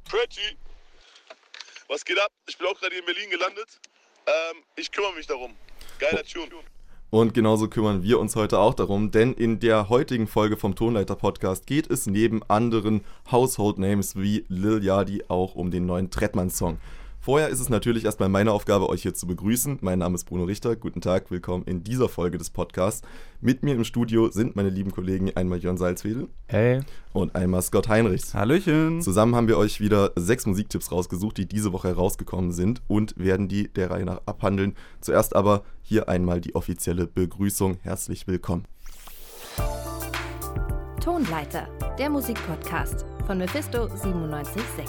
Pretty. Was geht ab? Ich bin auch gerade hier in Berlin gelandet. Ich kümmere mich darum. Geiler Tune. Und genauso kümmern wir uns heute auch darum, denn in der heutigen Folge vom Tonleiter-Podcast geht es neben anderen Household Names wie Lil Yachty auch um den neuen Trettmann-Song. Vorher ist es natürlich erstmal meine Aufgabe, euch hier zu begrüßen. Mein Name ist Bruno Richter. Guten Tag, willkommen in dieser Folge des Podcasts. Mit mir im Studio sind meine lieben Kollegen einmal Jörn Salzwedel. Hey. Und einmal Scott Heinrichs. Hallöchen. Zusammen haben wir euch wieder 6 Musiktipps rausgesucht, die diese Woche herausgekommen sind und werden die der Reihe nach abhandeln. Zuerst aber hier einmal die offizielle Begrüßung. Herzlich willkommen. Tonleiter, der Musikpodcast von Mephisto 97.6.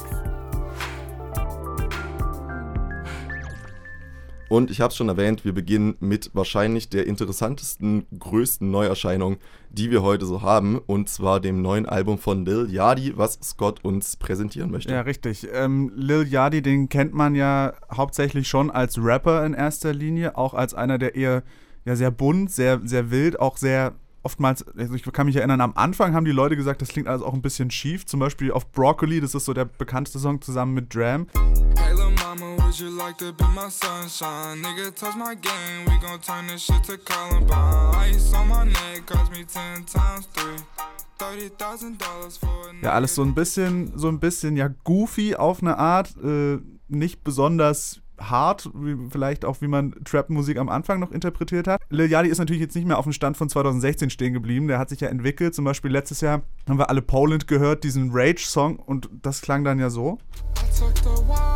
Und ich habe es schon erwähnt, wir beginnen mit wahrscheinlich der interessantesten, größten Neuerscheinung, die wir heute so haben, und zwar dem neuen Album von Lil Yachty, was Scott uns präsentieren möchte. Ja, richtig. Lil Yachty, den kennt man ja hauptsächlich schon als Rapper in erster Linie, auch als einer, der eher sehr bunt, sehr, sehr wild, auch sehr oftmals, also ich kann mich erinnern, am Anfang haben die Leute gesagt, das klingt alles auch ein bisschen schief, zum Beispiel auf Broccoli, das ist so der bekannteste Song zusammen mit Dram. Hey, lil' mama, would you like to be my sunshine? Nigga, touch my game, we gon' turn this shit to Columbine. Ice on my neck, cost me 10 times 3. $30,000 for a Ja, alles so ein bisschen ja goofy auf eine Art, nicht besonders hart, vielleicht auch wie man Trap-Musik am Anfang noch interpretiert hat. Lil Yachty ist natürlich jetzt nicht mehr auf dem Stand von 2016 stehen geblieben, der hat sich ja entwickelt. Zum Beispiel letztes Jahr haben wir alle Poland gehört, diesen Rage-Song, und das klang dann ja so. I took the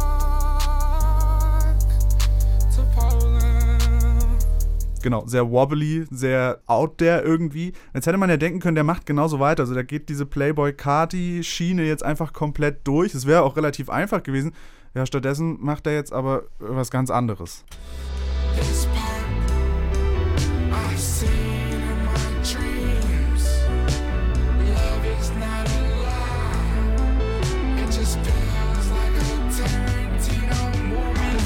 walk to Poland. Genau, sehr wobbly, sehr out there irgendwie. Jetzt hätte man ja denken können, der macht genauso weiter. Also da geht diese Playboy-Carti-Schiene jetzt einfach komplett durch. Es wäre auch relativ einfach gewesen. Ja, stattdessen macht er jetzt aber was ganz anderes. This part I've seen in my dreams. Love is not a lie. It just feels like a Tarantino movie.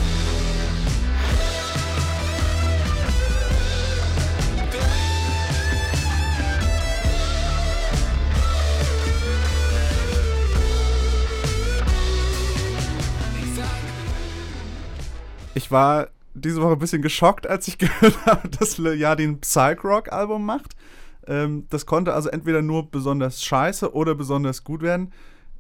Ich war diese Woche ein bisschen geschockt, als ich gehört habe, dass Lil Yachty ein Psych-Rock-Album macht. Das konnte also entweder nur besonders scheiße oder besonders gut werden.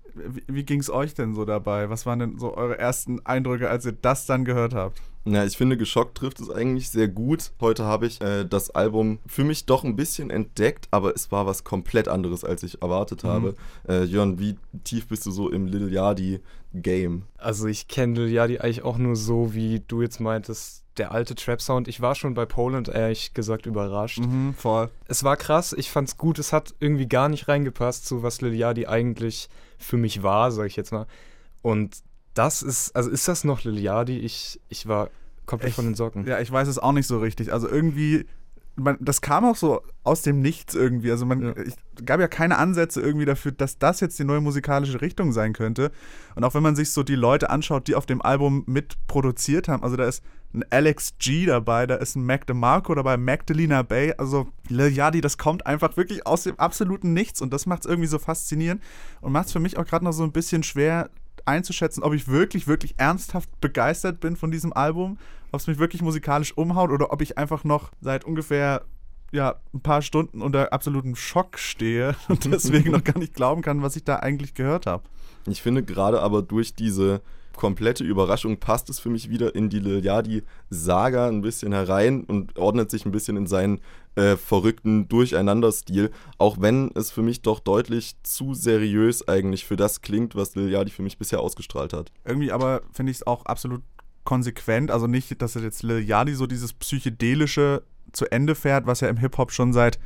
Wie ging es euch denn so dabei? Was waren denn so eure ersten Eindrücke, als ihr das dann gehört habt? Ja, ich finde, geschockt trifft es eigentlich sehr gut. Heute habe ich das Album für mich doch ein bisschen entdeckt, aber es war was komplett anderes, als ich erwartet habe. Jörn, wie tief bist du so im Lil Yachty-Game? Also ich kenne Lil Yachty eigentlich auch nur so, wie du jetzt meintest, der alte Trap-Sound. Ich war schon bei Poland, ehrlich gesagt, überrascht. Voll. Es war krass, ich fand's gut, es hat irgendwie gar nicht reingepasst, so was Lil Yachty eigentlich für mich war, sag ich jetzt mal. Und das ist, also ist das noch Lil Yachty? Ich war komplett von den Socken. Ja, ich weiß es auch nicht so richtig. Also irgendwie, das kam auch so aus dem Nichts irgendwie. Also es gab ja keine Ansätze irgendwie dafür, dass das jetzt die neue musikalische Richtung sein könnte. Und auch wenn man sich so die Leute anschaut, die auf dem Album mitproduziert haben, also da ist ein Alex G dabei, da ist ein Mac DeMarco dabei, Magdalena Bay, also Lil Yachty, das kommt einfach wirklich aus dem absoluten Nichts, und das macht es irgendwie so faszinierend und macht es für mich auch gerade noch so ein bisschen schwer einzuschätzen, ob ich wirklich, wirklich ernsthaft begeistert bin von diesem Album, ob es mich wirklich musikalisch umhaut oder ob ich einfach noch seit ungefähr ein paar Stunden unter absolutem Schock stehe und deswegen noch gar nicht glauben kann, was ich da eigentlich gehört habe. Ich finde gerade aber durch diese komplette Überraschung passt es für mich wieder in die Lil Yachty-Saga ein bisschen herein und ordnet sich ein bisschen in seinen verrückten Durcheinander-Stil, auch wenn es für mich doch deutlich zu seriös eigentlich für das klingt, was Lil Yachty für mich bisher ausgestrahlt hat. Irgendwie aber finde ich es auch absolut konsequent, also nicht, dass jetzt Lil Yachty so dieses Psychedelische zu Ende fährt, was ja im Hip-Hop schon seit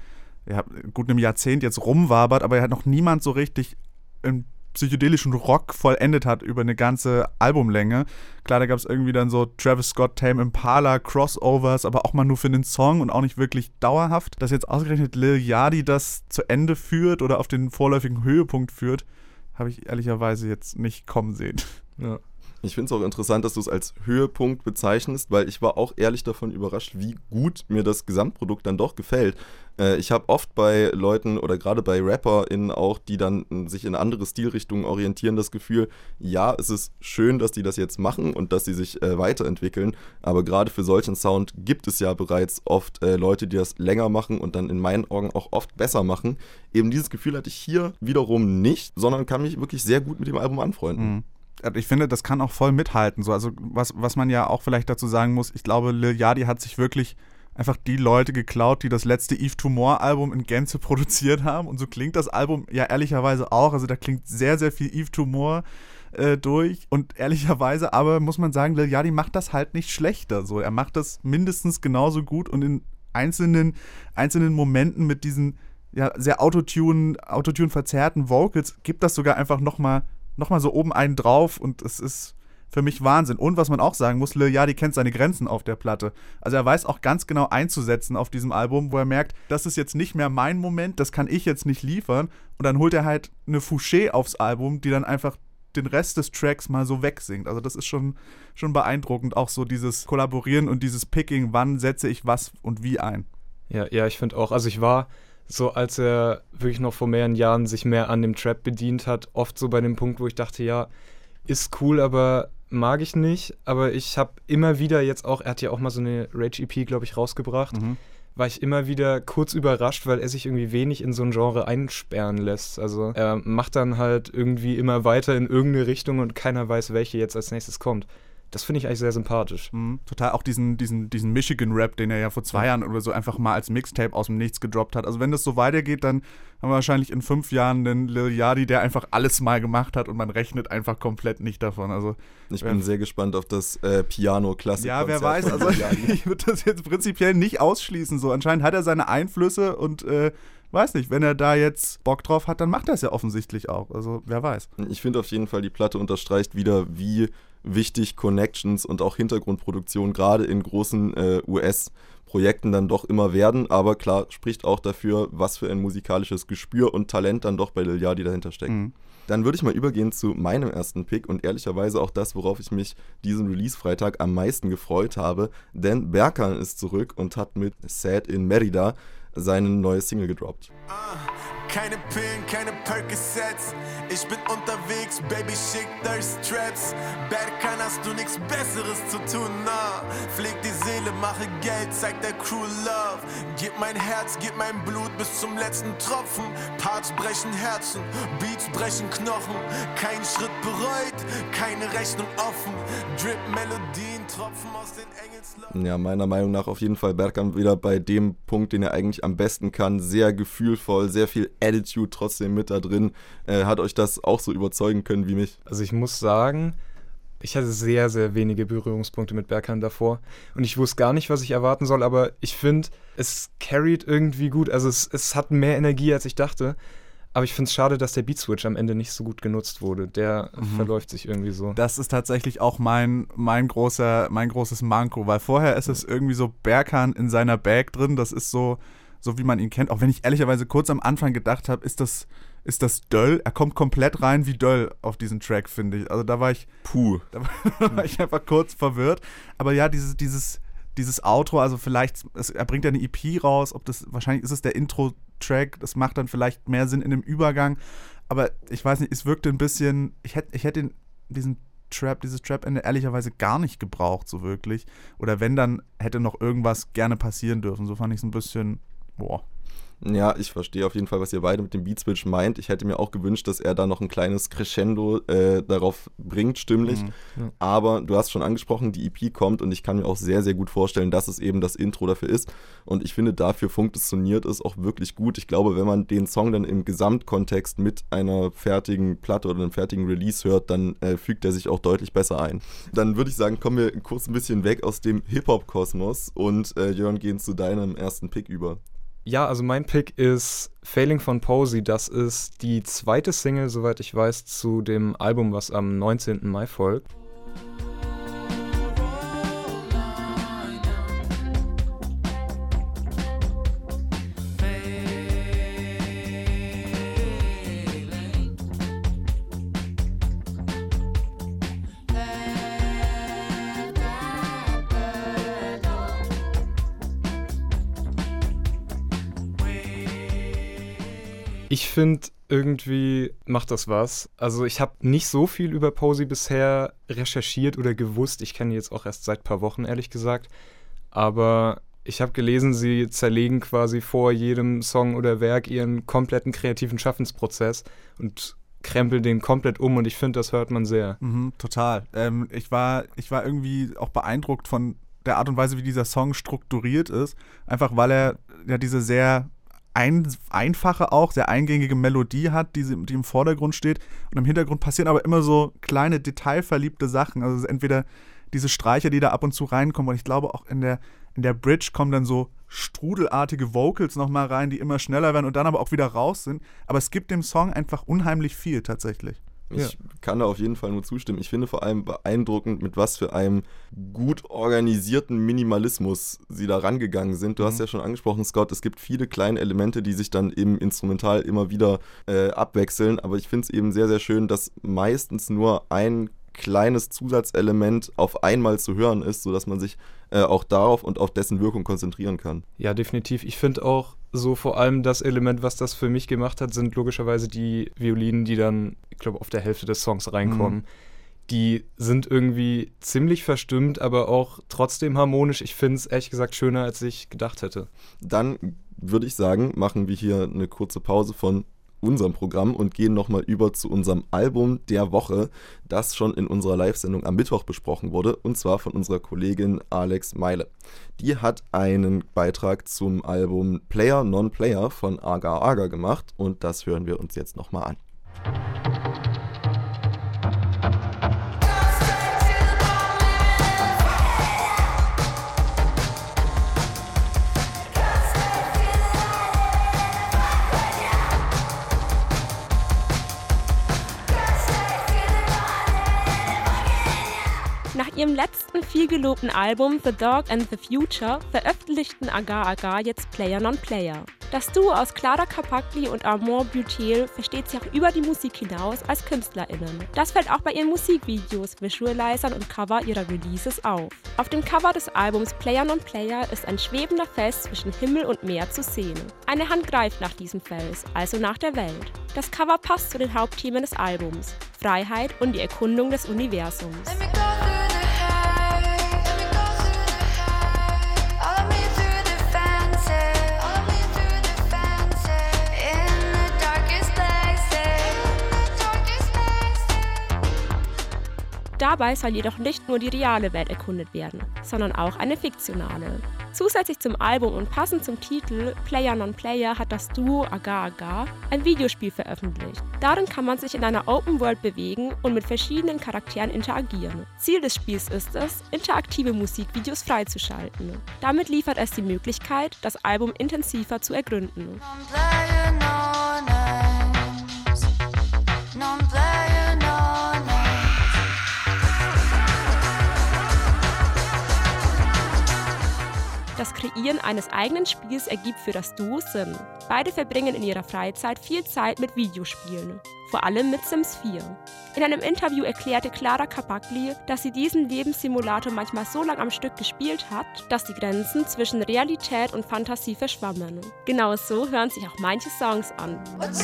gut einem Jahrzehnt jetzt rumwabert, aber ja noch niemand so richtig im psychedelischen Rock vollendet hat über eine ganze Albumlänge. Klar, da gab es irgendwie dann so Travis Scott, Tame Impala, Crossovers, aber auch mal nur für einen Song und auch nicht wirklich dauerhaft. Dass jetzt ausgerechnet Lil Yachty das zu Ende führt oder auf den vorläufigen Höhepunkt führt, habe ich ehrlicherweise jetzt nicht kommen sehen. Ja. Ich finde es auch interessant, dass du es als Höhepunkt bezeichnest, weil ich war auch ehrlich davon überrascht, wie gut mir das Gesamtprodukt dann doch gefällt. Ich habe oft bei Leuten oder gerade bei RapperInnen auch, die dann sich in andere Stilrichtungen orientieren, das Gefühl, ja, es ist schön, dass die das jetzt machen und dass sie sich weiterentwickeln, aber gerade für solchen Sound gibt es ja bereits oft Leute, die das länger machen und dann in meinen Augen auch oft besser machen. Eben dieses Gefühl hatte ich hier wiederum nicht, sondern kann mich wirklich sehr gut mit dem Album anfreunden. Mhm. Ich finde, das kann auch voll mithalten. So. Also was man ja auch vielleicht dazu sagen muss, ich glaube, Lil Yachty hat sich wirklich einfach die Leute geklaut, die das letzte Yves Tumor Album in Gänze produziert haben. Und so klingt das Album ja ehrlicherweise auch. Also da klingt sehr, sehr viel Yves Tumor durch. Und ehrlicherweise aber muss man sagen, Lil Yachty macht das halt nicht schlechter. So. Er macht das mindestens genauso gut und in einzelnen Momenten mit diesen ja, sehr Autotune-verzerrten Vocals gibt das sogar einfach nochmal so oben einen drauf und es ist für mich Wahnsinn. Und was man auch sagen muss, Lil Yachty kennt seine Grenzen auf der Platte. Also er weiß auch ganz genau einzusetzen auf diesem Album, wo er merkt, das ist jetzt nicht mehr mein Moment, das kann ich jetzt nicht liefern. Und dann holt er halt eine Fouché aufs Album, die dann einfach den Rest des Tracks mal so wegsingt. Also das ist schon beeindruckend, auch so dieses Kollaborieren und dieses Picking, wann setze ich was und wie ein. Ja, ich finde auch, also ich war so, als er wirklich noch vor mehreren Jahren sich mehr an dem Trap bedient hat, oft so bei dem Punkt, wo ich dachte, ja, ist cool, aber mag ich nicht. Aber ich habe immer wieder jetzt auch, er hat ja auch mal so eine Rage-EP, glaube ich, rausgebracht, war ich immer wieder kurz überrascht, weil er sich irgendwie wenig in so ein Genre einsperren lässt. Also er macht dann halt irgendwie immer weiter in irgendeine Richtung und keiner weiß, welche jetzt als nächstes kommt. Das finde ich eigentlich sehr sympathisch. Total, auch diesen Michigan-Rap, den er ja vor 2 Jahren oder so einfach mal als Mixtape aus dem Nichts gedroppt hat. Also wenn das so weitergeht, dann haben wir wahrscheinlich in 5 Jahren einen Lil Yachty, der einfach alles mal gemacht hat und man rechnet einfach komplett nicht davon. Also ich bin sehr gespannt auf das Piano-Klassik. Ja, wer weiß, also ich würde das jetzt prinzipiell nicht ausschließen. So, anscheinend hat er seine Einflüsse und weiß nicht, wenn er da jetzt Bock drauf hat, dann macht er es ja offensichtlich auch. Also wer weiß. Ich finde auf jeden Fall, die Platte unterstreicht wieder, wie wichtig Connections und auch Hintergrundproduktion gerade in großen US-Projekten dann doch immer werden. Aber klar, spricht auch dafür, was für ein musikalisches Gespür und Talent dann doch bei Lil Yachty dahinter steckt. Dann würde ich mal übergehen zu meinem ersten Pick und ehrlicherweise auch das, worauf ich mich diesen Release-Freitag am meisten gefreut habe. Denn Berkan ist zurück und hat mit Sad in Merida seine neue Single gedroppt. Keine Pillen, keine Percocets. Ich bin unterwegs, Baby, schick Thirst Traps. Berkan, hast du nichts Besseres zu tun, na? Pfleg die Seele, mache Geld, zeig der Crew Love. Gib mein Herz, gib mein Blut bis zum letzten Tropfen. Parts brechen Herzen, Beats brechen Knochen. Kein Schritt bereut, keine Rechnung offen. Drip Melodien, Tropfen aus den Engelslocken. Ja, meiner Meinung nach auf jeden Fall Berkan wieder bei dem Punkt, den er eigentlich am besten kann. Sehr gefühlvoll, sehr viel Attitude trotzdem mit da drin. Hat euch das auch so überzeugen können wie mich? Also ich muss sagen, ich hatte sehr, sehr wenige Berührungspunkte mit Berkan davor und ich wusste gar nicht, was ich erwarten soll, aber ich finde, es carried irgendwie gut. Also es hat mehr Energie, als ich dachte. Aber ich finde es schade, dass der Beat-Switch am Ende nicht so gut genutzt wurde. Der verläuft sich irgendwie so. Das ist tatsächlich auch mein großes Manko, weil vorher ist es irgendwie so Berkan in seiner Bag drin. Das ist so wie man ihn kennt. Auch wenn ich ehrlicherweise kurz am Anfang gedacht habe, ist das Döll? Er kommt komplett rein wie Döll auf diesen Track, finde ich. Also da war ich einfach kurz verwirrt. Aber ja, dieses Outro, also vielleicht, er bringt ja eine EP raus, wahrscheinlich ist es der Intro-Track, das macht dann vielleicht mehr Sinn in dem Übergang, aber ich weiß nicht, es wirkte ein bisschen, ich hätte dieses Trap-Ende ehrlicherweise gar nicht gebraucht, so wirklich, oder wenn, dann hätte noch irgendwas gerne passieren dürfen, so fand ich es ein bisschen, boah. Ja, ich verstehe auf jeden Fall, was ihr beide mit dem Beat-Switch meint. Ich hätte mir auch gewünscht, dass er da noch ein kleines Crescendo darauf bringt, stimmlich. Aber du hast schon angesprochen, die EP kommt und ich kann mir auch sehr, sehr gut vorstellen, dass es eben das Intro dafür ist. Und ich finde, dafür funktioniert es auch wirklich gut. Ich glaube, wenn man den Song dann im Gesamtkontext mit einer fertigen Platte oder einem fertigen Release hört, dann fügt er sich auch deutlich besser ein. Dann würde ich sagen, kommen wir kurz ein bisschen weg aus dem Hip-Hop-Kosmos und Jörn, gehen zu deinem ersten Pick über. Ja, also mein Pick ist Failing von Posey. Das ist die zweite Single, soweit ich weiß, zu dem Album, was am 19. Mai folgt. Ich finde, irgendwie macht das was. Also ich habe nicht so viel über Posey bisher recherchiert oder gewusst. Ich kenne die jetzt auch erst seit ein paar Wochen, ehrlich gesagt. Aber ich habe gelesen, sie zerlegen quasi vor jedem Song oder Werk ihren kompletten kreativen Schaffensprozess und krempeln den komplett um und ich finde, das hört man sehr. Total. Ich war irgendwie auch beeindruckt von der Art und Weise, wie dieser Song strukturiert ist. Einfach weil er ja diese sehr einfache auch, sehr eingängige Melodie hat, die im Vordergrund steht. Und im Hintergrund passieren aber immer so kleine, detailverliebte Sachen. Also entweder diese Streicher, die da ab und zu reinkommen. Und ich glaube auch in der Bridge kommen dann so strudelartige Vocals nochmal rein, die immer schneller werden und dann aber auch wieder raus sind. Aber es gibt dem Song einfach unheimlich viel tatsächlich. Ich kann da auf jeden Fall nur zustimmen. Ich finde vor allem beeindruckend, mit was für einem gut organisierten Minimalismus sie da rangegangen sind. Du hast ja schon angesprochen, Scott, es gibt viele kleine Elemente, die sich dann im Instrumental immer wieder abwechseln. Aber ich finde es eben sehr, sehr schön, dass meistens nur ein kleines Zusatzelement auf einmal zu hören ist, sodass man sich auch darauf und auf dessen Wirkung konzentrieren kann. Ja, definitiv. Ich finde auch so vor allem das Element, was das für mich gemacht hat, sind logischerweise die Violinen, die dann, ich glaube, auf der Hälfte des Songs reinkommen. Die sind irgendwie ziemlich verstimmt, aber auch trotzdem harmonisch. Ich finde es ehrlich gesagt schöner, als ich gedacht hätte. Dann würde ich sagen, machen wir hier eine kurze Pause von unserem Programm und gehen nochmal über zu unserem Album der Woche, das schon in unserer Live-Sendung am Mittwoch besprochen wurde, und zwar von unserer Kollegin Alex Meile. Die hat einen Beitrag zum Album Player Non-Player von Agar Agar gemacht und das hören wir uns jetzt nochmal an. Nach ihrem letzten viel gelobten Album The Dog and the Future veröffentlichten Agar Agar jetzt Player Non-Player. Das Duo aus Clara Capacli und Armand Butel versteht sich auch über die Musik hinaus als KünstlerInnen. Das fällt auch bei ihren Musikvideos, Visualisern und Cover ihrer Releases auf. Auf dem Cover des Albums Player Non-Player ist ein schwebender Fels zwischen Himmel und Meer zu sehen. Eine Hand greift nach diesem Fels, also nach der Welt. Das Cover passt zu den Hauptthemen des Albums: Freiheit und die Erkundung des Universums. Dabei soll jedoch nicht nur die reale Welt erkundet werden, sondern auch eine fiktionale. Zusätzlich zum Album und passend zum Titel Player Non-Player hat das Duo Agar Agar ein Videospiel veröffentlicht. Darin kann man sich in einer Open World bewegen und mit verschiedenen Charakteren interagieren. Ziel des Spiels ist es, interaktive Musikvideos freizuschalten. Damit liefert es die Möglichkeit, das Album intensiver zu ergründen. Das Kreieren eines eigenen Spiels ergibt für das Duo Sinn. Beide verbringen in ihrer Freizeit viel Zeit mit Videospielen, vor allem mit Sims 4. In einem Interview erklärte Clara Capacli, dass sie diesen Lebenssimulator manchmal so lang am Stück gespielt hat, dass die Grenzen zwischen Realität und Fantasie verschwammen. Genau so hören sich auch manche Songs an.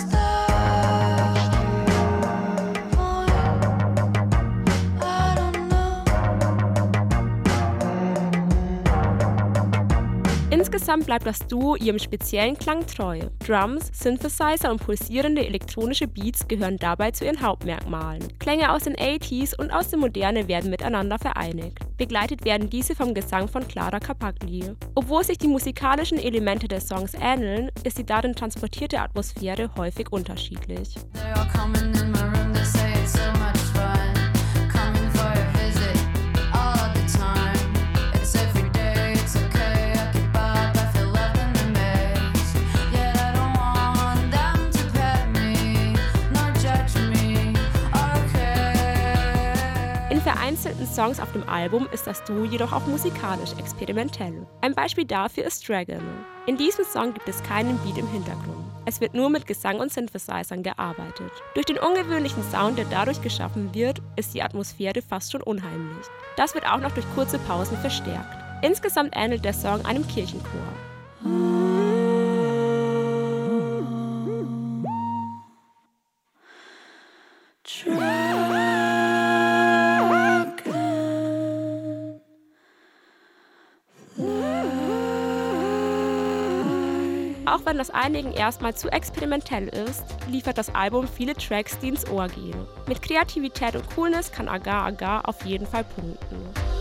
Insgesamt bleibt das Duo ihrem speziellen Klang treu. Drums, Synthesizer und pulsierende elektronische Beats gehören dabei zu ihren Hauptmerkmalen. Klänge aus den 80s und aus der Moderne werden miteinander vereinigt. Begleitet werden diese vom Gesang von Clara Capacli. Obwohl sich die musikalischen Elemente des Songs ähneln, ist die darin transportierte Atmosphäre häufig unterschiedlich. In vereinzelten Songs auf dem Album ist das Duo jedoch auch musikalisch experimentell. Ein Beispiel dafür ist Dragon. In diesem Song gibt es keinen Beat im Hintergrund. Es wird nur mit Gesang und Synthesizern gearbeitet. Durch den ungewöhnlichen Sound, der dadurch geschaffen wird, ist die Atmosphäre fast schon unheimlich. Das wird auch noch durch kurze Pausen verstärkt. Insgesamt ähnelt der Song einem Kirchenchor. Auch wenn das einigen erstmal zu experimentell ist, liefert das Album viele Tracks, die ins Ohr gehen. Mit Kreativität und Coolness kann Agar Agar auf jeden Fall punkten.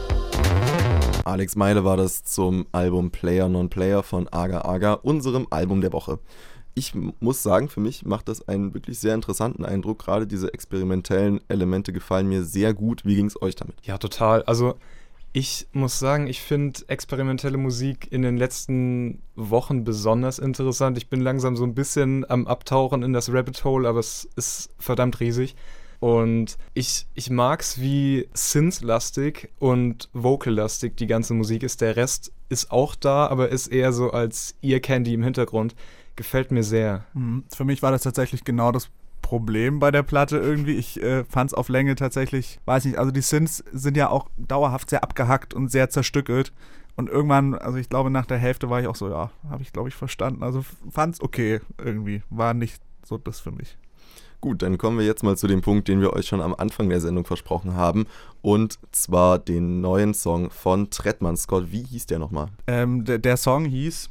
Alex Meile war das zum Album Player Non Player von Agar Agar, unserem Album der Woche. Ich muss sagen, für mich macht das einen wirklich sehr interessanten Eindruck. Gerade diese experimentellen Elemente gefallen mir sehr gut. Wie ging es euch damit? Ja, total. Also ich muss sagen, ich finde experimentelle Musik in den letzten Wochen besonders interessant. Ich bin langsam so ein bisschen am Abtauchen in das Rabbit Hole, aber es ist verdammt riesig. Und ich mag's, wie synth-lastig und vocal-lastig die ganze Musik ist. Der Rest ist auch da, aber ist eher so als Ear Candy im Hintergrund. Gefällt mir sehr. Für mich war das tatsächlich genau das Problem bei der Platte irgendwie. Ich fand es auf Länge tatsächlich, weiß nicht, also die Synths sind ja auch dauerhaft sehr abgehackt und sehr zerstückelt. Und irgendwann, also ich glaube nach der Hälfte war ich auch so, ja, habe ich glaube ich verstanden. Also fand es okay irgendwie, war nicht so das für mich. Gut, dann kommen wir jetzt mal zu dem Punkt, den wir euch schon am Anfang der Sendung versprochen haben. Und zwar den neuen Song von Trettmann. Scott, wie hieß der nochmal? Der Song hieß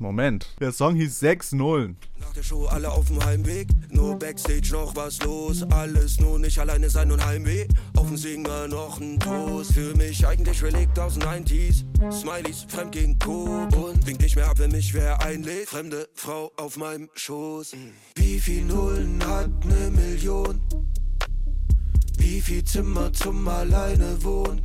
6-0. Nach der Show alle auf dem Heimweg, nur Backstage noch was los. Alles nur nicht alleine sein und Heimweh. Auf dem Singer noch ein Toast. Für mich eigentlich relegt aus den 90s. Smileys, fremd gegen Co. Und winkt nicht mehr ab, wenn mich wer einlädt. Fremde Frau auf meinem Schoß. Wie viel Nullen hat ne Million? Wie viel Zimmer zum alleine wohnen?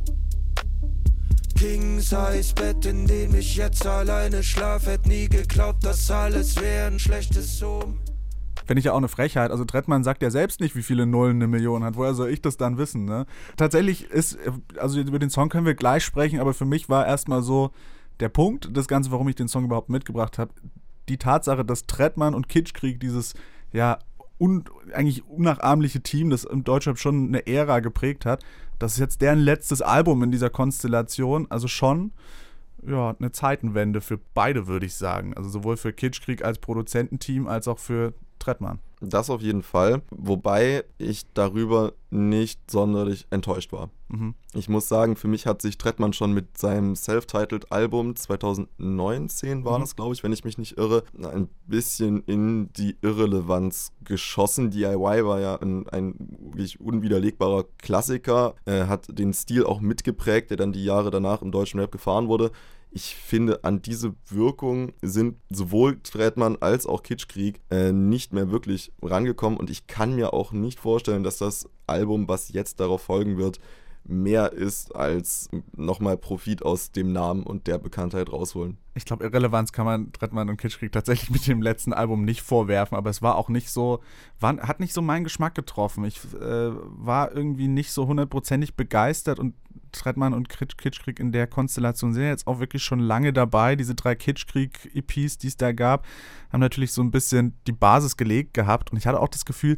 King-Size-Bett, in dem ich jetzt alleine schlaf. Hätt nie geglaubt, dass alles wäre ein schlechtes Sohn. Finde ich ja auch eine Frechheit. Also Trettmann sagt ja selbst nicht, wie viele Nullen eine Million hat. Woher soll ich das dann wissen, ne? Tatsächlich ist, also über den Song können wir gleich sprechen, aber für mich war erstmal so der Punkt, das Ganze, warum ich den Song überhaupt mitgebracht habe, die Tatsache, dass Trettmann und Kitschkrieg dieses, ja, eigentlich unnachahmliche Team, das im Deutschrap schon eine Ära geprägt hat. Das ist jetzt deren letztes Album in dieser Konstellation. Also schon ja, eine Zeitenwende für beide, würde ich sagen. Also sowohl für Kitschkrieg als Produzententeam als auch für Trettmann. Das auf jeden Fall, wobei ich darüber nicht sonderlich enttäuscht war. Ich muss sagen, für mich hat sich Trettmann schon mit seinem Self-Titled Album 2019 war das, glaube ich, wenn ich mich nicht irre, ein bisschen in die Irrelevanz geschossen. DIY war ja ein wirklich unwiderlegbarer Klassiker, hat den Stil auch mitgeprägt, der dann die Jahre danach im deutschen Rap gefahren wurde. Ich finde, an diese Wirkung sind sowohl Trettmann als auch Kitschkrieg nicht mehr wirklich rangekommen und ich kann mir auch nicht vorstellen, dass das Album, was jetzt darauf folgen wird, mehr ist als nochmal Profit aus dem Namen und der Bekanntheit rausholen. Ich glaube, Irrelevanz kann man Trettmann und Kitschkrieg tatsächlich mit dem letzten Album nicht vorwerfen, aber es war auch nicht so, hat nicht so meinen Geschmack getroffen. Ich war irgendwie nicht so hundertprozentig begeistert und Trettmann und Kitschkrieg in der Konstellation sind jetzt auch wirklich schon lange dabei. Diese 3 Kitschkrieg-EPs, die es da gab, haben natürlich so ein bisschen die Basis gelegt gehabt und ich hatte auch das Gefühl,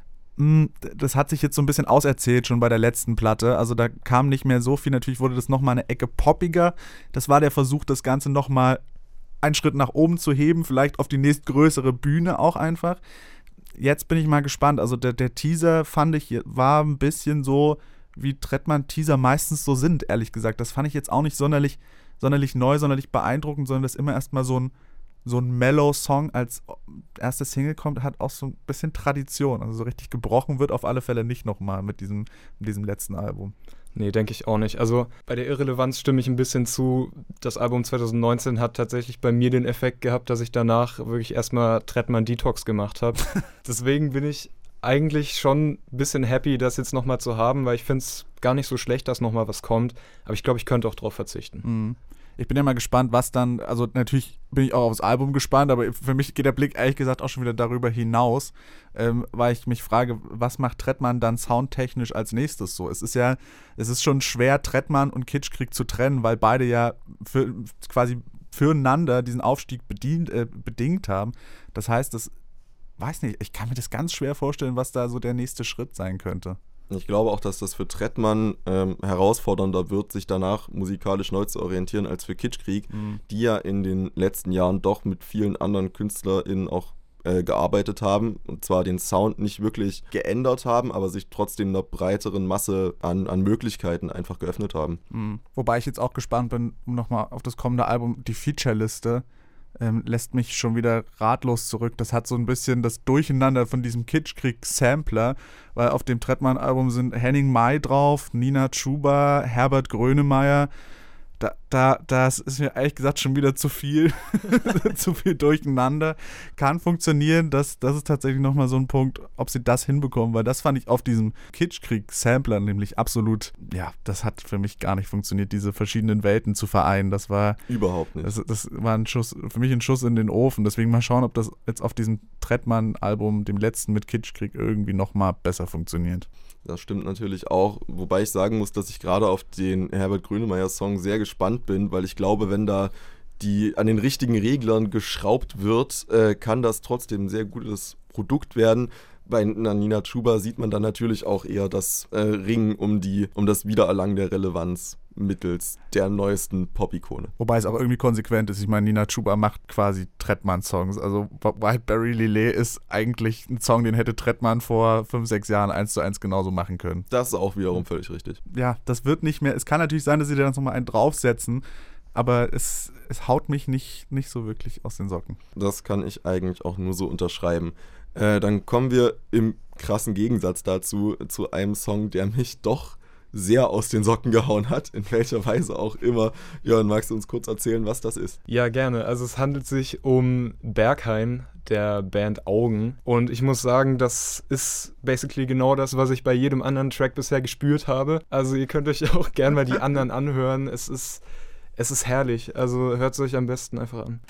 das hat sich jetzt so ein bisschen auserzählt schon bei der letzten Platte. Also da kam nicht mehr so viel. Natürlich wurde das nochmal eine Ecke poppiger. Das war der Versuch, das Ganze nochmal einen Schritt nach oben zu heben. Vielleicht auf die nächstgrößere Bühne auch einfach. Jetzt bin ich mal gespannt. Also der Teaser, fand ich, war ein bisschen so, wie Trettmann-Teaser meistens so sind, ehrlich gesagt. Das fand ich jetzt auch nicht sonderlich neu, sonderlich beeindruckend, sondern das immer erstmal so ein Mellow-Song als erste Single kommt, hat auch so ein bisschen Tradition. Also so richtig gebrochen wird auf alle Fälle nicht nochmal mit diesem letzten Album. Nee, denke ich auch nicht. Also bei der Irrelevanz stimme ich ein bisschen zu. Das Album 2019 hat tatsächlich bei mir den Effekt gehabt, dass ich danach wirklich erstmal Trettmann Detox gemacht habe. Deswegen bin ich eigentlich schon ein bisschen happy, das jetzt nochmal zu haben, weil ich finde es gar nicht so schlecht, dass nochmal was kommt. Aber ich glaube, ich könnte auch drauf verzichten. Ich bin ja mal gespannt, was dann, also natürlich bin ich auch aufs Album gespannt, aber für mich geht der Blick ehrlich gesagt auch schon wieder darüber hinaus, weil ich mich frage, was macht Trettmann dann soundtechnisch als nächstes so? Es ist schon schwer, Trettmann und Kitschkrieg zu trennen, weil beide ja quasi füreinander diesen Aufstieg bedingt haben. Das heißt, weiß nicht, ich kann mir das ganz schwer vorstellen, was da so der nächste Schritt sein könnte. Ich glaube auch, dass das für Trettmann herausfordernder wird, sich danach musikalisch neu zu orientieren als für Kitschkrieg, die ja in den letzten Jahren doch mit vielen anderen KünstlerInnen auch gearbeitet haben und zwar den Sound nicht wirklich geändert haben, aber sich trotzdem einer breiteren Masse an Möglichkeiten einfach geöffnet haben. Wobei ich jetzt auch gespannt bin, um nochmal auf das kommende Album, die Feature-Liste. lässt mich schon wieder ratlos zurück. Das hat so ein bisschen das Durcheinander von diesem Kitschkrieg-Sampler, weil auf dem Trettmann-Album sind Henning May drauf, Nina Chuba, Herbert Grönemeyer. Das ist mir ehrlich gesagt schon wieder zu viel, zu viel Durcheinander. Kann funktionieren, das ist tatsächlich nochmal so ein Punkt, ob sie das hinbekommen, weil das fand ich auf diesem Kitschkrieg-Sampler nämlich absolut, ja, das hat für mich gar nicht funktioniert, diese verschiedenen Welten zu vereinen. Das war überhaupt nicht. Das war für mich ein Schuss in den Ofen. Deswegen mal schauen, ob das jetzt auf diesem Trettmann-Album, dem letzten mit Kitschkrieg, irgendwie nochmal besser funktioniert. Das stimmt natürlich auch, wobei ich sagen muss, dass ich gerade auf den Herbert Grönemeyer-Song sehr gespannt bin, weil ich glaube, wenn da an den richtigen Reglern geschraubt wird, kann das trotzdem ein sehr gutes Produkt werden. Bei Nina Chuba sieht man dann natürlich auch eher das Ringen um das Wiedererlangen der Relevanz mittels der neuesten Pop-Ikone. Wobei es auch irgendwie konsequent ist. Ich meine, Nina Chuba macht quasi Trettmann-Songs. Also Whiteberry Lillet ist eigentlich ein Song, den hätte Trettmann vor 5-6 Jahren 1:1 genauso machen können. Das ist auch wiederum völlig richtig. Ja, das wird nicht mehr. Es kann natürlich sein, dass sie da nochmal einen draufsetzen, aber es haut mich nicht so wirklich aus den Socken. Das kann ich eigentlich auch nur so unterschreiben. Dann kommen wir im krassen Gegensatz dazu zu einem Song, der mich doch sehr aus den Socken gehauen hat, in welcher Weise auch immer. Jörn, magst du uns kurz erzählen, was das ist? Ja, gerne. Also es handelt sich um Berghain, der Band Augen. Und ich muss sagen, das ist basically genau das, was ich bei jedem anderen Track bisher gespürt habe. Also ihr könnt euch auch gerne mal die anderen anhören. Es ist herrlich. Also hört es euch am besten einfach an.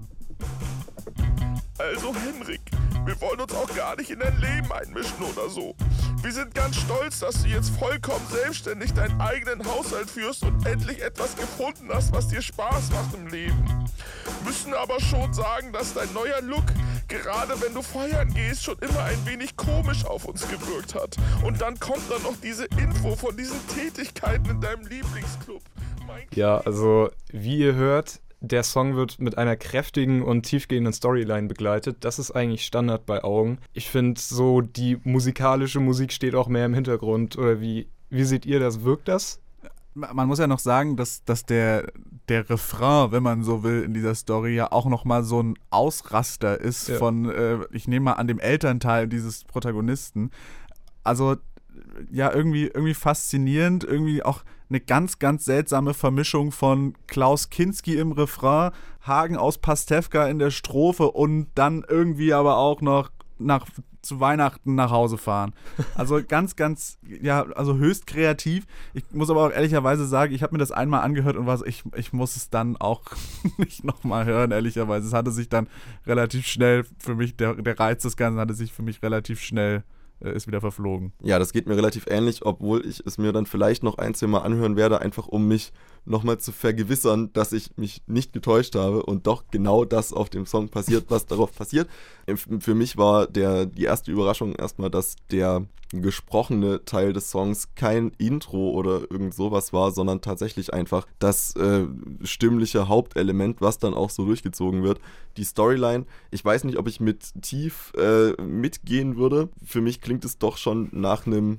Also Henrik, wir wollen uns auch gar nicht in dein Leben einmischen oder so. Wir sind ganz stolz, dass du jetzt vollkommen selbstständig deinen eigenen Haushalt führst und endlich etwas gefunden hast, was dir Spaß macht im Leben. Müssen aber schon sagen, dass dein neuer Look, gerade wenn du feiern gehst, schon immer ein wenig komisch auf uns gewirkt hat. Und dann kommt dann noch diese Info von diesen Tätigkeiten in deinem Lieblingsclub. Ja, also wie ihr hört, der Song wird mit einer kräftigen und tiefgehenden Storyline begleitet. Das ist eigentlich Standard bei Augen. Ich finde so, die musikalische Musik steht auch mehr im Hintergrund. Oder wie seht ihr das? Wirkt das? Man muss ja noch sagen, dass der Refrain, wenn man so will, in dieser Story ja auch nochmal so ein Ausraster ist von, ich nehme mal an, dem Elternteil dieses Protagonisten. Also ja, irgendwie faszinierend, irgendwie auch eine ganz, ganz seltsame Vermischung von Klaus Kinski im Refrain, Hagen aus Pastewka in der Strophe und dann irgendwie aber auch noch zu Weihnachten nach Hause fahren. Also ganz, ganz, ja, also höchst kreativ. Ich muss aber auch ehrlicherweise sagen, ich habe mir das einmal angehört und ich muss es dann auch nicht nochmal hören, ehrlicherweise. Es hatte sich dann relativ schnell für mich, der Reiz des Ganzen hatte sich für mich relativ schnell ist wieder verflogen. Ja, das geht mir relativ ähnlich, obwohl ich es mir dann vielleicht noch 1-2 Mal anhören werde, einfach um mich nochmal zu vergewissern, dass ich mich nicht getäuscht habe und doch genau das auf dem Song passiert, was darauf passiert. Für mich war die erste Überraschung erstmal, dass der gesprochene Teil des Songs kein Intro oder irgend sowas war, sondern tatsächlich einfach das stimmliche Hauptelement, was dann auch so durchgezogen wird. Die Storyline, ich weiß nicht, ob ich mit tief mitgehen würde. Für mich klingt es doch schon nach einem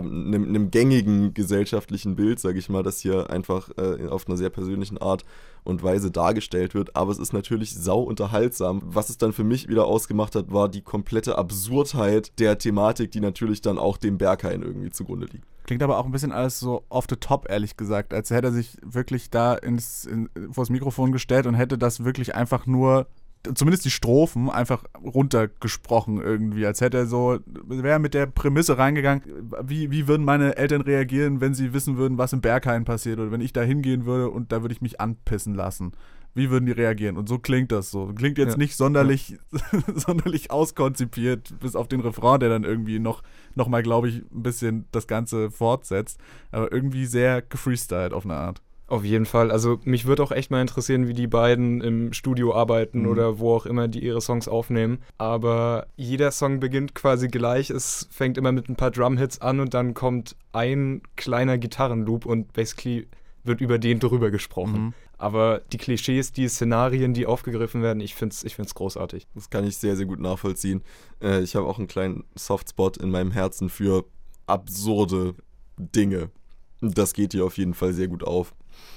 gängigen gesellschaftlichen Bild, sage ich mal, das hier einfach auf einer sehr persönlichen Art und Weise dargestellt wird, aber es ist natürlich sau unterhaltsam. Was es dann für mich wieder ausgemacht hat, war die komplette Absurdheit der Thematik, die natürlich dann auch dem Berghain irgendwie zugrunde liegt. Klingt aber auch ein bisschen alles so off the top, ehrlich gesagt, als hätte er sich wirklich da vors Mikrofon gestellt und hätte das wirklich einfach nur, zumindest die Strophen, einfach runtergesprochen irgendwie, als hätte er wäre mit der Prämisse reingegangen, wie würden meine Eltern reagieren, wenn sie wissen würden, was im Berghain passiert, oder wenn ich da hingehen würde und da würde ich mich anpissen lassen. Wie würden die reagieren? Und so klingt das so. Klingt jetzt nicht sonderlich auskonzipiert, bis auf den Refrain, der dann irgendwie noch mal, glaube ich, ein bisschen das Ganze fortsetzt, aber irgendwie sehr gefreestylt auf eine Art. Auf jeden Fall. Also mich würde auch echt mal interessieren, wie die beiden im Studio arbeiten oder wo auch immer die ihre Songs aufnehmen. Aber jeder Song beginnt quasi gleich. Es fängt immer mit ein paar Drumhits an und dann kommt ein kleiner Gitarrenloop und basically wird über den drüber gesprochen. Aber die Klischees, die Szenarien, die aufgegriffen werden, ich find's großartig. Das kann ich sehr, sehr gut nachvollziehen. Ich habe auch einen kleinen Softspot in meinem Herzen für absurde Dinge. Das geht hier auf jeden Fall sehr gut auf.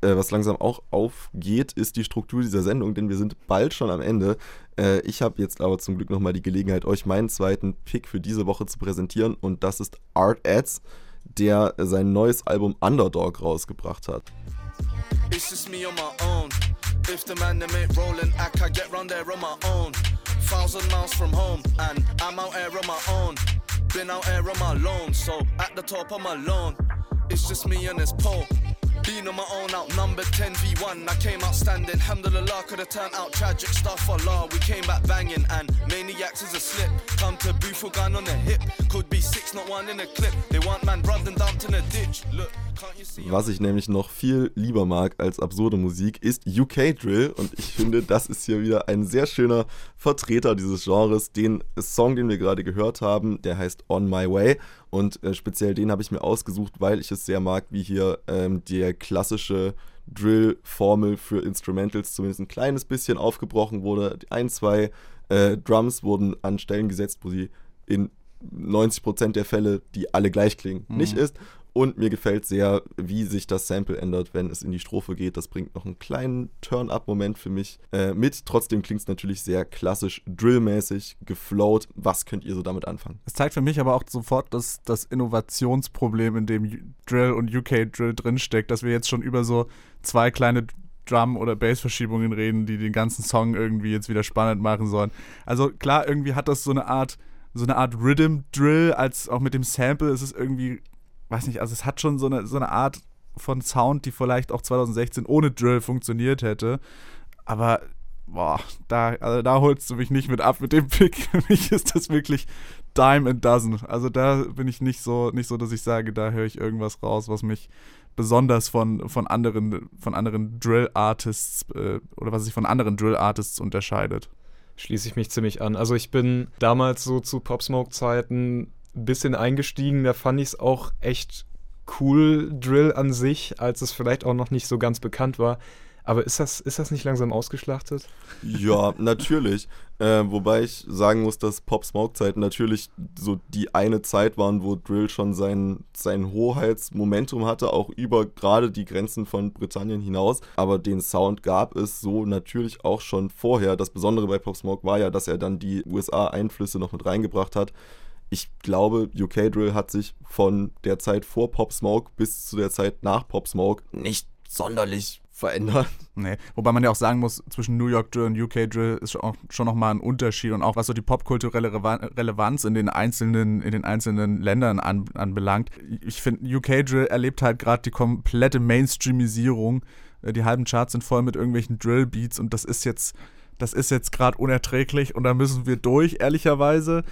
was langsam auch aufgeht, ist die Struktur dieser Sendung, denn wir sind bald schon am Ende. Ich habe jetzt aber zum Glück nochmal die Gelegenheit, euch meinen zweiten Pick für diese Woche zu präsentieren und das ist Art Ads, der sein neues Album Underdog rausgebracht hat. It's just me on my own. If the man them ain't rolling, I can get round there on my own. 1,000 miles from home, and I'm out here on my own. Been out here on my loan, so at the top of my loan. It's just me and this pole. Been on my own, outnumbered 10v1. I came out standing, alhamdulillah, could have turned out tragic stuff, Allah. We came back banging, and maniacs is a slip. Come to booth, gun on the hip. Could be 6, not 1 in a clip. They want man rubbed and dumped in a ditch. Look. Was ich nämlich noch viel lieber mag als absurde Musik, ist UK Drill und ich finde, das ist hier wieder ein sehr schöner Vertreter dieses Genres. Den Song, den wir gerade gehört haben, der heißt On My Way und speziell den habe ich mir ausgesucht, weil ich es sehr mag, wie hier die klassische Drill-Formel für Instrumentals zumindest ein kleines bisschen aufgebrochen wurde. 1, 2 Drums wurden an Stellen gesetzt, wo sie in 90% der Fälle, die alle gleich klingen, nicht ist. Und mir gefällt sehr, wie sich das Sample ändert, wenn es in die Strophe geht. Das bringt noch einen kleinen Turn-up-Moment für mich mit. Trotzdem klingt es natürlich sehr klassisch, drillmäßig, geflowt. Was könnt ihr so damit anfangen? Es zeigt für mich aber auch sofort das Innovationsproblem, in dem Drill und UK-Drill drinsteckt, dass wir jetzt schon über so 2 kleine Drum- oder Bass-Verschiebungen reden, die den ganzen Song irgendwie jetzt wieder spannend machen sollen. Also klar, irgendwie hat das so eine Art Rhythm-Drill, als auch mit dem Sample ist es irgendwie, weiß nicht, also es hat schon so eine Art von Sound, die vielleicht auch 2016 ohne Drill funktioniert hätte. Aber, da holst du mich nicht mit ab mit dem Pick. Für mich ist das wirklich dime a dozen. Also da bin ich nicht so, dass ich sage, da höre ich irgendwas raus, was mich besonders von anderen Drill-Artists oder was sich von anderen Drill-Artists unterscheidet. Schließe ich mich ziemlich an. Also ich bin damals so zu Pop Smoke-Zeiten ein bisschen eingestiegen, da fand ich es auch echt cool, Drill an sich, als es vielleicht auch noch nicht so ganz bekannt war. Aber ist das nicht langsam ausgeschlachtet? Ja, natürlich. Wobei ich sagen muss, dass Pop-Smoke-Zeiten natürlich so die eine Zeit waren, wo Drill schon sein Hoheitsmomentum hatte, auch über gerade die Grenzen von Britannien hinaus. Aber den Sound gab es so natürlich auch schon vorher. Das Besondere bei Pop Smoke war ja, dass er dann die USA-Einflüsse noch mit reingebracht hat. Ich glaube, UK Drill hat sich von der Zeit vor Pop Smoke bis zu der Zeit nach Pop Smoke nicht sonderlich verändert. Nee, wobei man ja auch sagen muss, zwischen New York Drill und UK Drill ist schon nochmal ein Unterschied und auch was so die popkulturelle Relevanz in den einzelnen Ländern anbelangt. Ich finde, UK Drill erlebt halt gerade die komplette Mainstreamisierung. Die halben Charts sind voll mit irgendwelchen Drill-Beats und das ist jetzt gerade unerträglich und da müssen wir durch, ehrlicherweise.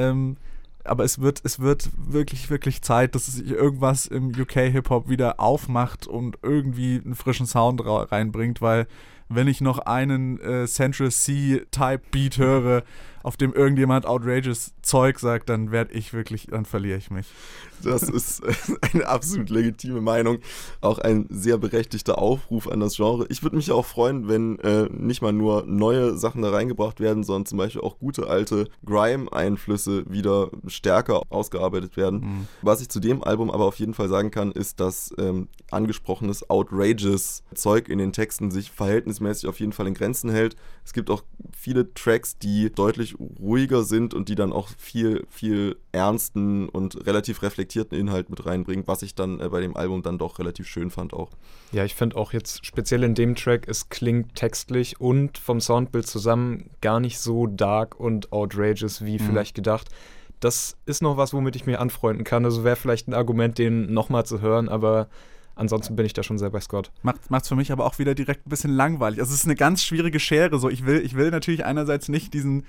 Aber es wird wirklich, wirklich Zeit, dass sich irgendwas im UK-Hip-Hop wieder aufmacht und irgendwie einen frischen Sound reinbringt, weil wenn ich noch einen Central C-Type-Beat höre, auf dem irgendjemand outrageous Zeug sagt, dann verliere ich mich. Das ist eine absolut legitime Meinung. Auch ein sehr berechtigter Aufruf an das Genre. Ich würde mich auch freuen, wenn nicht mal nur neue Sachen da reingebracht werden, sondern zum Beispiel auch gute alte Grime-Einflüsse wieder stärker ausgearbeitet werden. Mhm. Was ich zu dem Album aber auf jeden Fall sagen kann, ist, dass angesprochenes outrageous Zeug in den Texten sich verhältnismäßig auf jeden Fall in Grenzen hält. Es gibt auch viele Tracks, die deutlich ruhiger sind und die dann auch viel, viel ernsten und relativ reflektierten Inhalt mit reinbringen, was ich dann bei dem Album dann doch relativ schön fand auch. Ja, ich finde auch jetzt speziell in dem Track, es klingt textlich und vom Soundbild zusammen gar nicht so dark und outrageous wie vielleicht gedacht. Das ist noch was, womit ich mich anfreunden kann. Also wäre vielleicht ein Argument, den nochmal zu hören, aber ansonsten bin ich da schon sehr bei Scott. Macht's für mich aber auch wieder direkt ein bisschen langweilig. Also es ist eine ganz schwierige Schere. So, ich will natürlich einerseits nicht diesen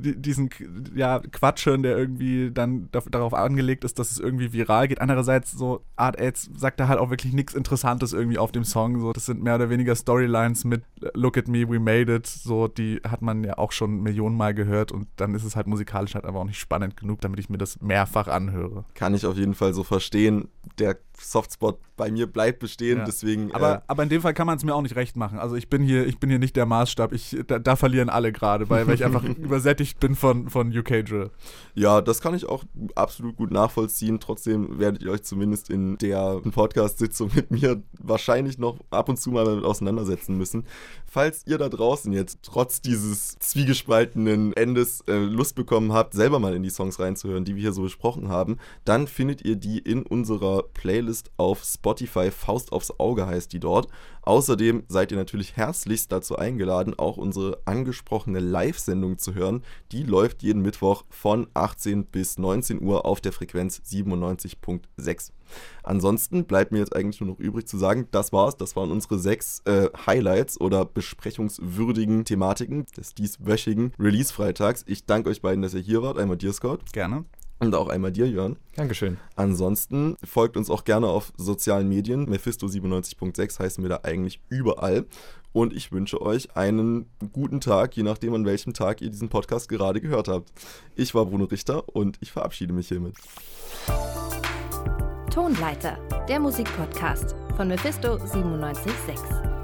Quatsch hören, der irgendwie dann darauf angelegt ist, dass es irgendwie viral geht. Andererseits so Art Ads sagt da halt auch wirklich nichts Interessantes irgendwie auf dem Song. So, das sind mehr oder weniger Storylines mit Look at me, we made it. So, die hat man ja auch schon Millionenmal gehört und dann ist es halt musikalisch halt aber auch nicht spannend genug, damit ich mir das mehrfach anhöre. Kann ich auf jeden Fall so verstehen. Der Softspot bei mir bleibt bestehen, deswegen... Aber in dem Fall kann man es mir auch nicht recht machen. Also ich bin hier nicht der Maßstab. Da verlieren alle gerade, weil ich einfach übersättigt bin von UK Drill. Ja, das kann ich auch absolut gut nachvollziehen. Trotzdem werdet ihr euch zumindest in der Podcast-Sitzung mit mir wahrscheinlich noch ab und zu mal damit auseinandersetzen müssen. Falls ihr da draußen jetzt trotz dieses zwiegespaltenen Endes Lust bekommen habt, selber mal in die Songs reinzuhören, die wir hier so besprochen haben, dann findet ihr die in unserer Playlist auf Spotify. Faust aufs Auge heißt die dort. Außerdem seid ihr natürlich herzlichst dazu eingeladen, auch unsere angesprochene Live-Sendung zu hören. Die läuft jeden Mittwoch von 18 bis 19 Uhr auf der Frequenz 97.6. Ansonsten bleibt mir jetzt eigentlich nur noch übrig zu sagen, das war's. Das waren unsere 6 Highlights oder besprechungswürdigen Thematiken des dieswöchigen Release-Freitags. Ich danke euch beiden, dass ihr hier wart. Einmal dir, Scott. Gerne. Und auch einmal dir, Jörn. Dankeschön. Ansonsten folgt uns auch gerne auf sozialen Medien. Mephisto97.6 heißen wir da eigentlich überall. Und ich wünsche euch einen guten Tag, je nachdem an welchem Tag ihr diesen Podcast gerade gehört habt. Ich war Bruno Richter und ich verabschiede mich hiermit. Tonleiter, der Musikpodcast von Mephisto 97.6.